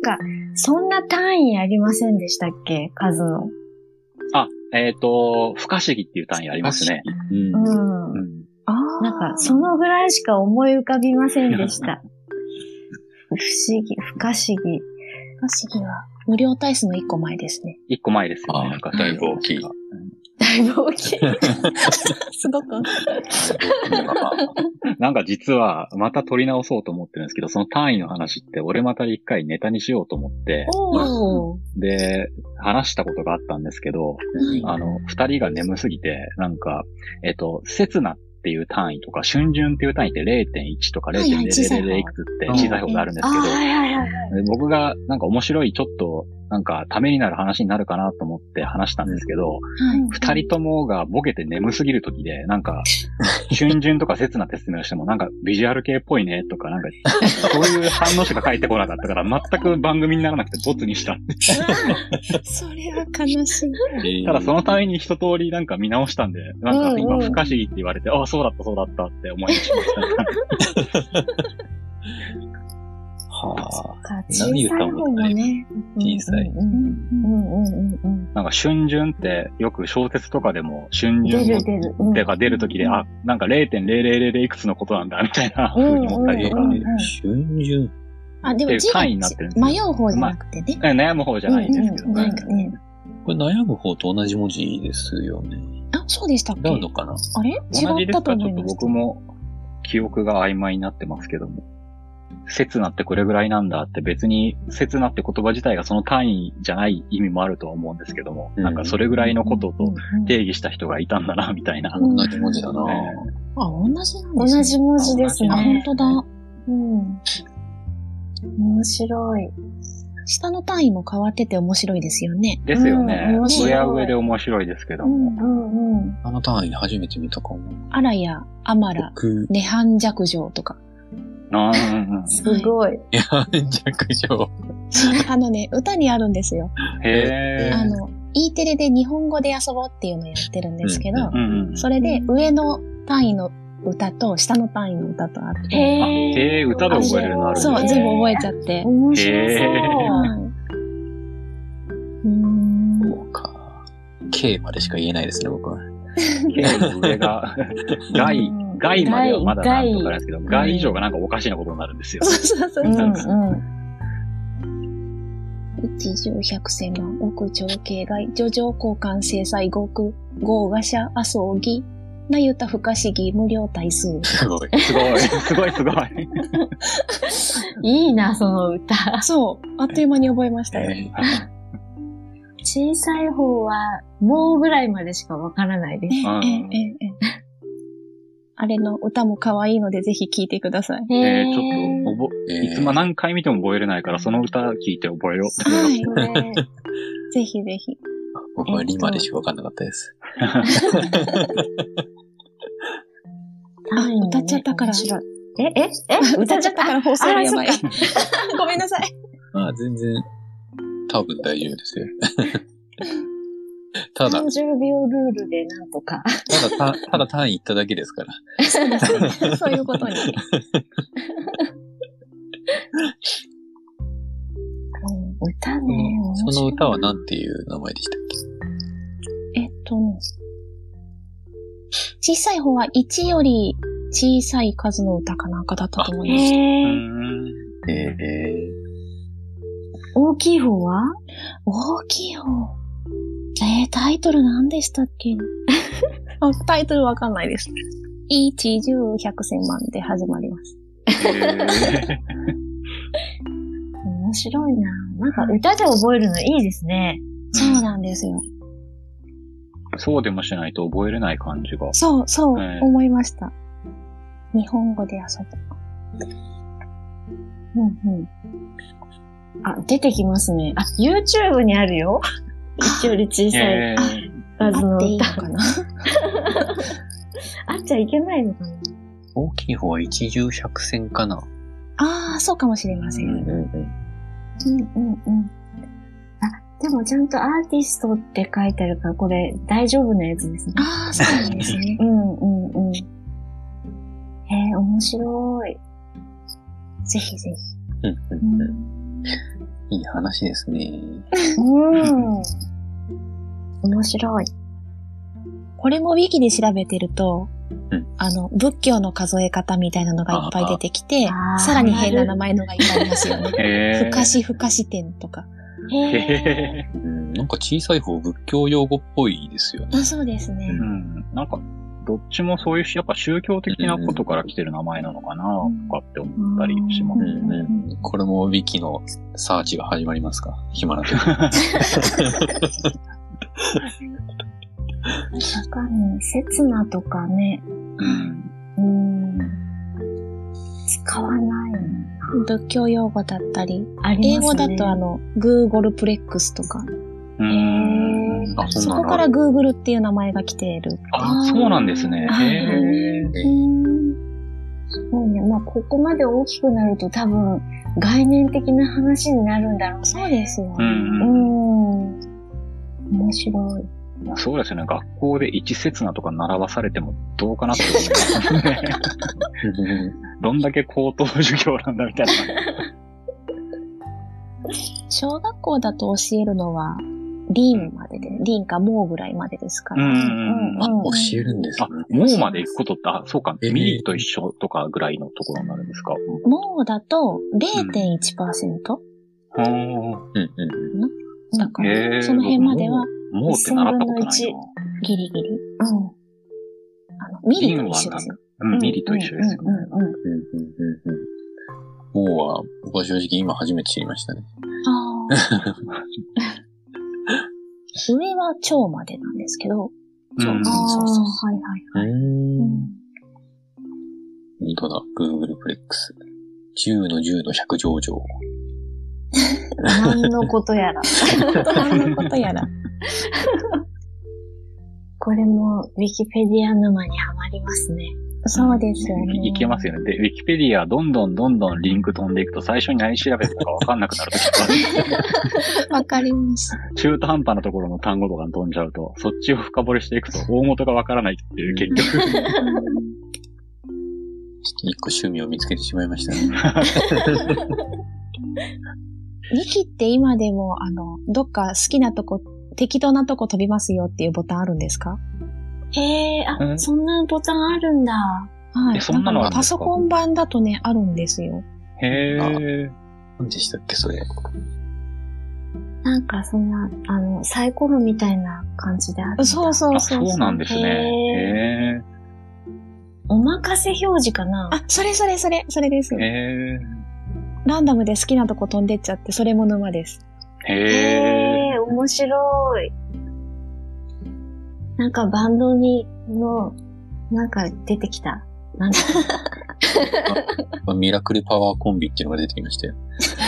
か、そんな単位ありませんでしたっけ？数の。 あ、不可思議っていう単位ありますね。 なんか、そのぐらいしか思い浮かびませんでした。不思議、不可思議。不思議は、無料対数の1個前ですね。 1個前ですよね。なんかだいぶ大きい。 だいぶ大きい。すごく。 なんか実は、また取り直そうと思ってるんですけど、その単位の話って、俺また一回ネタにしようと思って、で、話したことがあったんですけど、二人が眠すぎて、なんか、刹那っていう単位とか、春巡っていう単位って 0.1 とか 0.000 いくつって小さい方があるんですけど、僕がなんか面白いちょっと、なんかためになる話になるかなと思って話したんですけど、二人ともがボケて眠すぎる時で、なんか、春巡とか刹那って説明をしても、なんかビジュアル系っぽいねとか、なんか、そういう反応しか返ってこなかったから、全く番組にならなくてボツにした。 それは悲しい。 ただそのために一通りなんか見直したんで、なんか今不可思議って言われて、あ、そうだったって思い出しました。 はあ。 小さい方もね。 小さい。 なんか春巡ってよく小説とかでも春巡ってが出るときで、あ、なんか 0.000 いくつのことなんだみたいな風に思ったりとか。 春巡。 あ、でも字が迷う方じゃなくてね。 悩む方じゃないんですけどね。 これ悩む方と同じ文字ですよね。 あ、そうでしたっけ？ 違うのかな？ あれ？違ったと思います。 ちょっと僕も記憶が曖昧になってますけども。刹那ってこれぐらいなんだって別に刹那って言葉自体がその単位じゃない意味もあるとは思うんですけども、なんかそれぐらいのことと定義した人がいたんだなみたいな。 同じ文字だな。 あ、同じなんですね。同じ文字ですね。本当だ。面白い。下の単位も変わってて面白いですよね。 ですよね。上は上で面白いですけども。 あの単位初めて見たかも。 あらや、あまら、涅槃弱情とか。すごい。 涅槃弱情。 歌にあるんですよ。 へー。 E テレで日本語で遊ぼうっていうのをやってるんですけど、それで上の単位の歌と下の単位の歌とあって。 歌で覚えれるのあるんですね。 そう、全部覚えちゃって。面白そう。 そうか。K までしか言えないですね、僕は。 K の上が、外まではまだなんとかですけど、外以上がなんかおかしなことになるんですよ。一十百千万億兆形外、叙情交換制裁極、豪華者麻生義、なゆた不可思議無料対数。すごい。いいな、その歌。そう。あっという間に覚えましたよ。小さい方は、もうぐらいまでしかわからないです。あれの歌も可愛いのでぜひ聴いてください。ちょっと、いつも何回見ても覚えれないから、その歌聴いて覚えよう。はい。ぜひぜひ。 僕はリまでしかわかんなかったです。 歌っちゃったから。歌っちゃったから放送がやばい。ごめんなさい。 全然、多分大丈夫ですよ。ただ、 30秒ルールでなんとか。 ただ単位言っただけですから。 そうですね。そういうことに。歌ね。 その歌はなんていう名前でしたっけ？ 小さい方は1より小さい数の歌かなんかだったと思います。大きい方は？大きい方。タイトル何でしたっけ？タイトルわかんないです。一十百千万で始まります。面白いな。なんか歌で覚えるのいいですね。そうなんですよ。 そうでもしないと覚えれない感じが。 そう、思いました。日本語で遊ぶ。出てきますね。YouTube にあるよ。一より小さい数の歌かな。あっちゃいけないのかな。 大きい方は一十百千かな。 そうかもしれません。でもちゃんとアーティストって書いてあるから、これ大丈夫なやつですね。そうなんですね。面白い。ぜひぜひ。 いい話ですね。 面白い。 これもウィキで調べてると、 うん、 仏教の数え方みたいなのがいっぱい出てきて、さらに変な名前のがいっぱいありますよね。ふかしふかし店とか。 なんか小さい方仏教用語っぽいですよね。 そうですね。 なんか、どっちもそういうやっぱ宗教的なことから来てる名前なのかな、とかって思ったりしますよね。 これもウィキのサーチが始まりますか？暇な時。 確かに、刹那とかね。使わないよね。 仏教用語だったり、英語だとGoogle プレックスとか。そこから Google っていう名前が来ている。 そうなんですね。 そうね。まあ、ここまで大きくなると多分、概念的な話になるんだろうね。 そうですよ。 面白い。 そうですよね。学校で一刹那とか習わされてもどうかなって思いますね。どんだけ高等授業なんだみたいな。 小学校だと教えるのは、リンまでで、リンかモーぐらいまでですから。 教えるんですね。 モーまで行くことって、そうか、ミリと一緒とかぐらいのところになるんですか？ モーだと 0.1%？だから、その辺までは、 モーって習ったことないな。 ギリギリ。ミリと一緒ですよ。 ミリと一緒ですよね。 モーは、僕は正直今初めて知りましたね。 上は超までなんですけど。 はいはいはい。 本当だ、Google プレックス。10の10の100乗乗。 何のことやら。 何のことやら。 これも、ウィキペディア沼にはまりますね。 そうですよね。 いけますよね。で、ウィキペディアどんどんリンク飛んでいくと最初に何調べたかわかんなくなるときがある。 わかります。 中途半端なところの単語とかに飛んじゃうと、そっちを深掘りしていくと大元がわからないっていう結局。 ちょっと一個趣味を見つけてしまいましたね。 ウィキって今でも、どっか好きなとこ、適当なとこ飛びますよっていうボタンあるんですか？ そんなボタンあるんだ。 はい。 そんなのあるんですか？ パソコン版だとね、あるんですよ。 何でしたっけ、それ。 なんかそんな、サイコロみたいな感じであるんだ。 そう。 そうなんですね。 お任せ表示かな？ それですよ。ランダムで好きなとこ飛んでっちゃって、それも沼です。 面白い。なんかバンドなんか出てきた。なんだミラクルパワーコンビっていうのが出てきましたよ。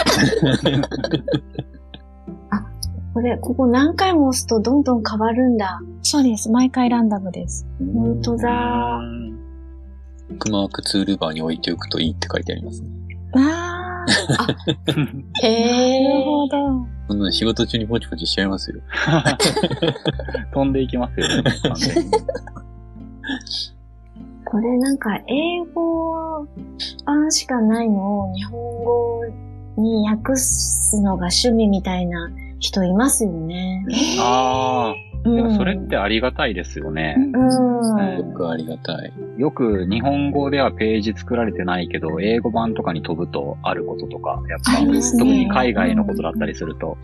ここ何回も押すとどんどん変わるんだ。 そうです。毎回ランダムです。 本当だ。 ブックマークツールバーに置いておくといいって書いてありますね。 なるほど。 そんな仕事中にポチポチしちゃいますよ。 飛んでいきますよね。 これなんか英語版しかないのを日本語に訳すのが趣味みたいな人いますよね。 でもそれってありがたいですよね。 よくありがたい。 よく日本語ではページ作られてないけど、英語版とかに飛ぶとあることとか、やっぱ、特に海外のことだったりすると。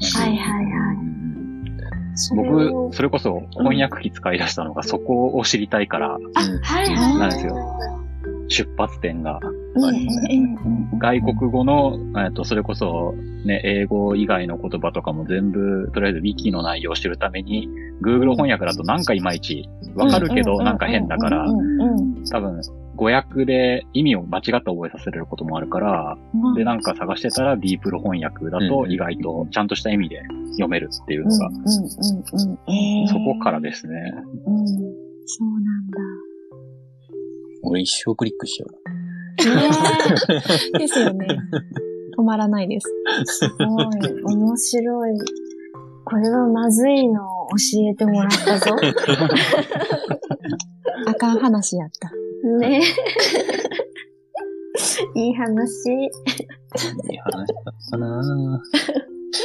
僕、それこそ翻訳機使い出したのがそこを知りたいから、なんですよ。出発点が。外国語の、それこそ、ね、英語以外の言葉とかも全部、とりあえず Wiki の内容を知るために、Google 翻訳だとなんかいまいちわかるけどなんか変だから、多分、語訳で意味を間違って覚えさせれることもあるから、で、なんか探してたら D プロ翻訳だと意外とちゃんとした意味で読めるっていうのが、そこからですね。 そうなんだ。 俺一生クリックしよう。 ですよね。止まらないです。 すごい。面白い。これはまずいのを教えてもらったぞ。 あかん話やった。 ねいい話。 いい話だったなぁ。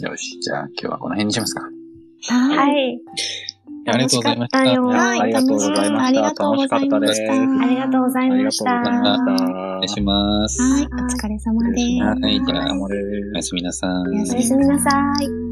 よし、じゃあ今日はこの辺にしますか。 はい。 ありがとうございました。 ありがとうございました。楽しかったです。 ありがとうございました。 お願いします。 はい、お疲れ様です。 はい、じゃあ、おやすみなさい。 おやすみなさい。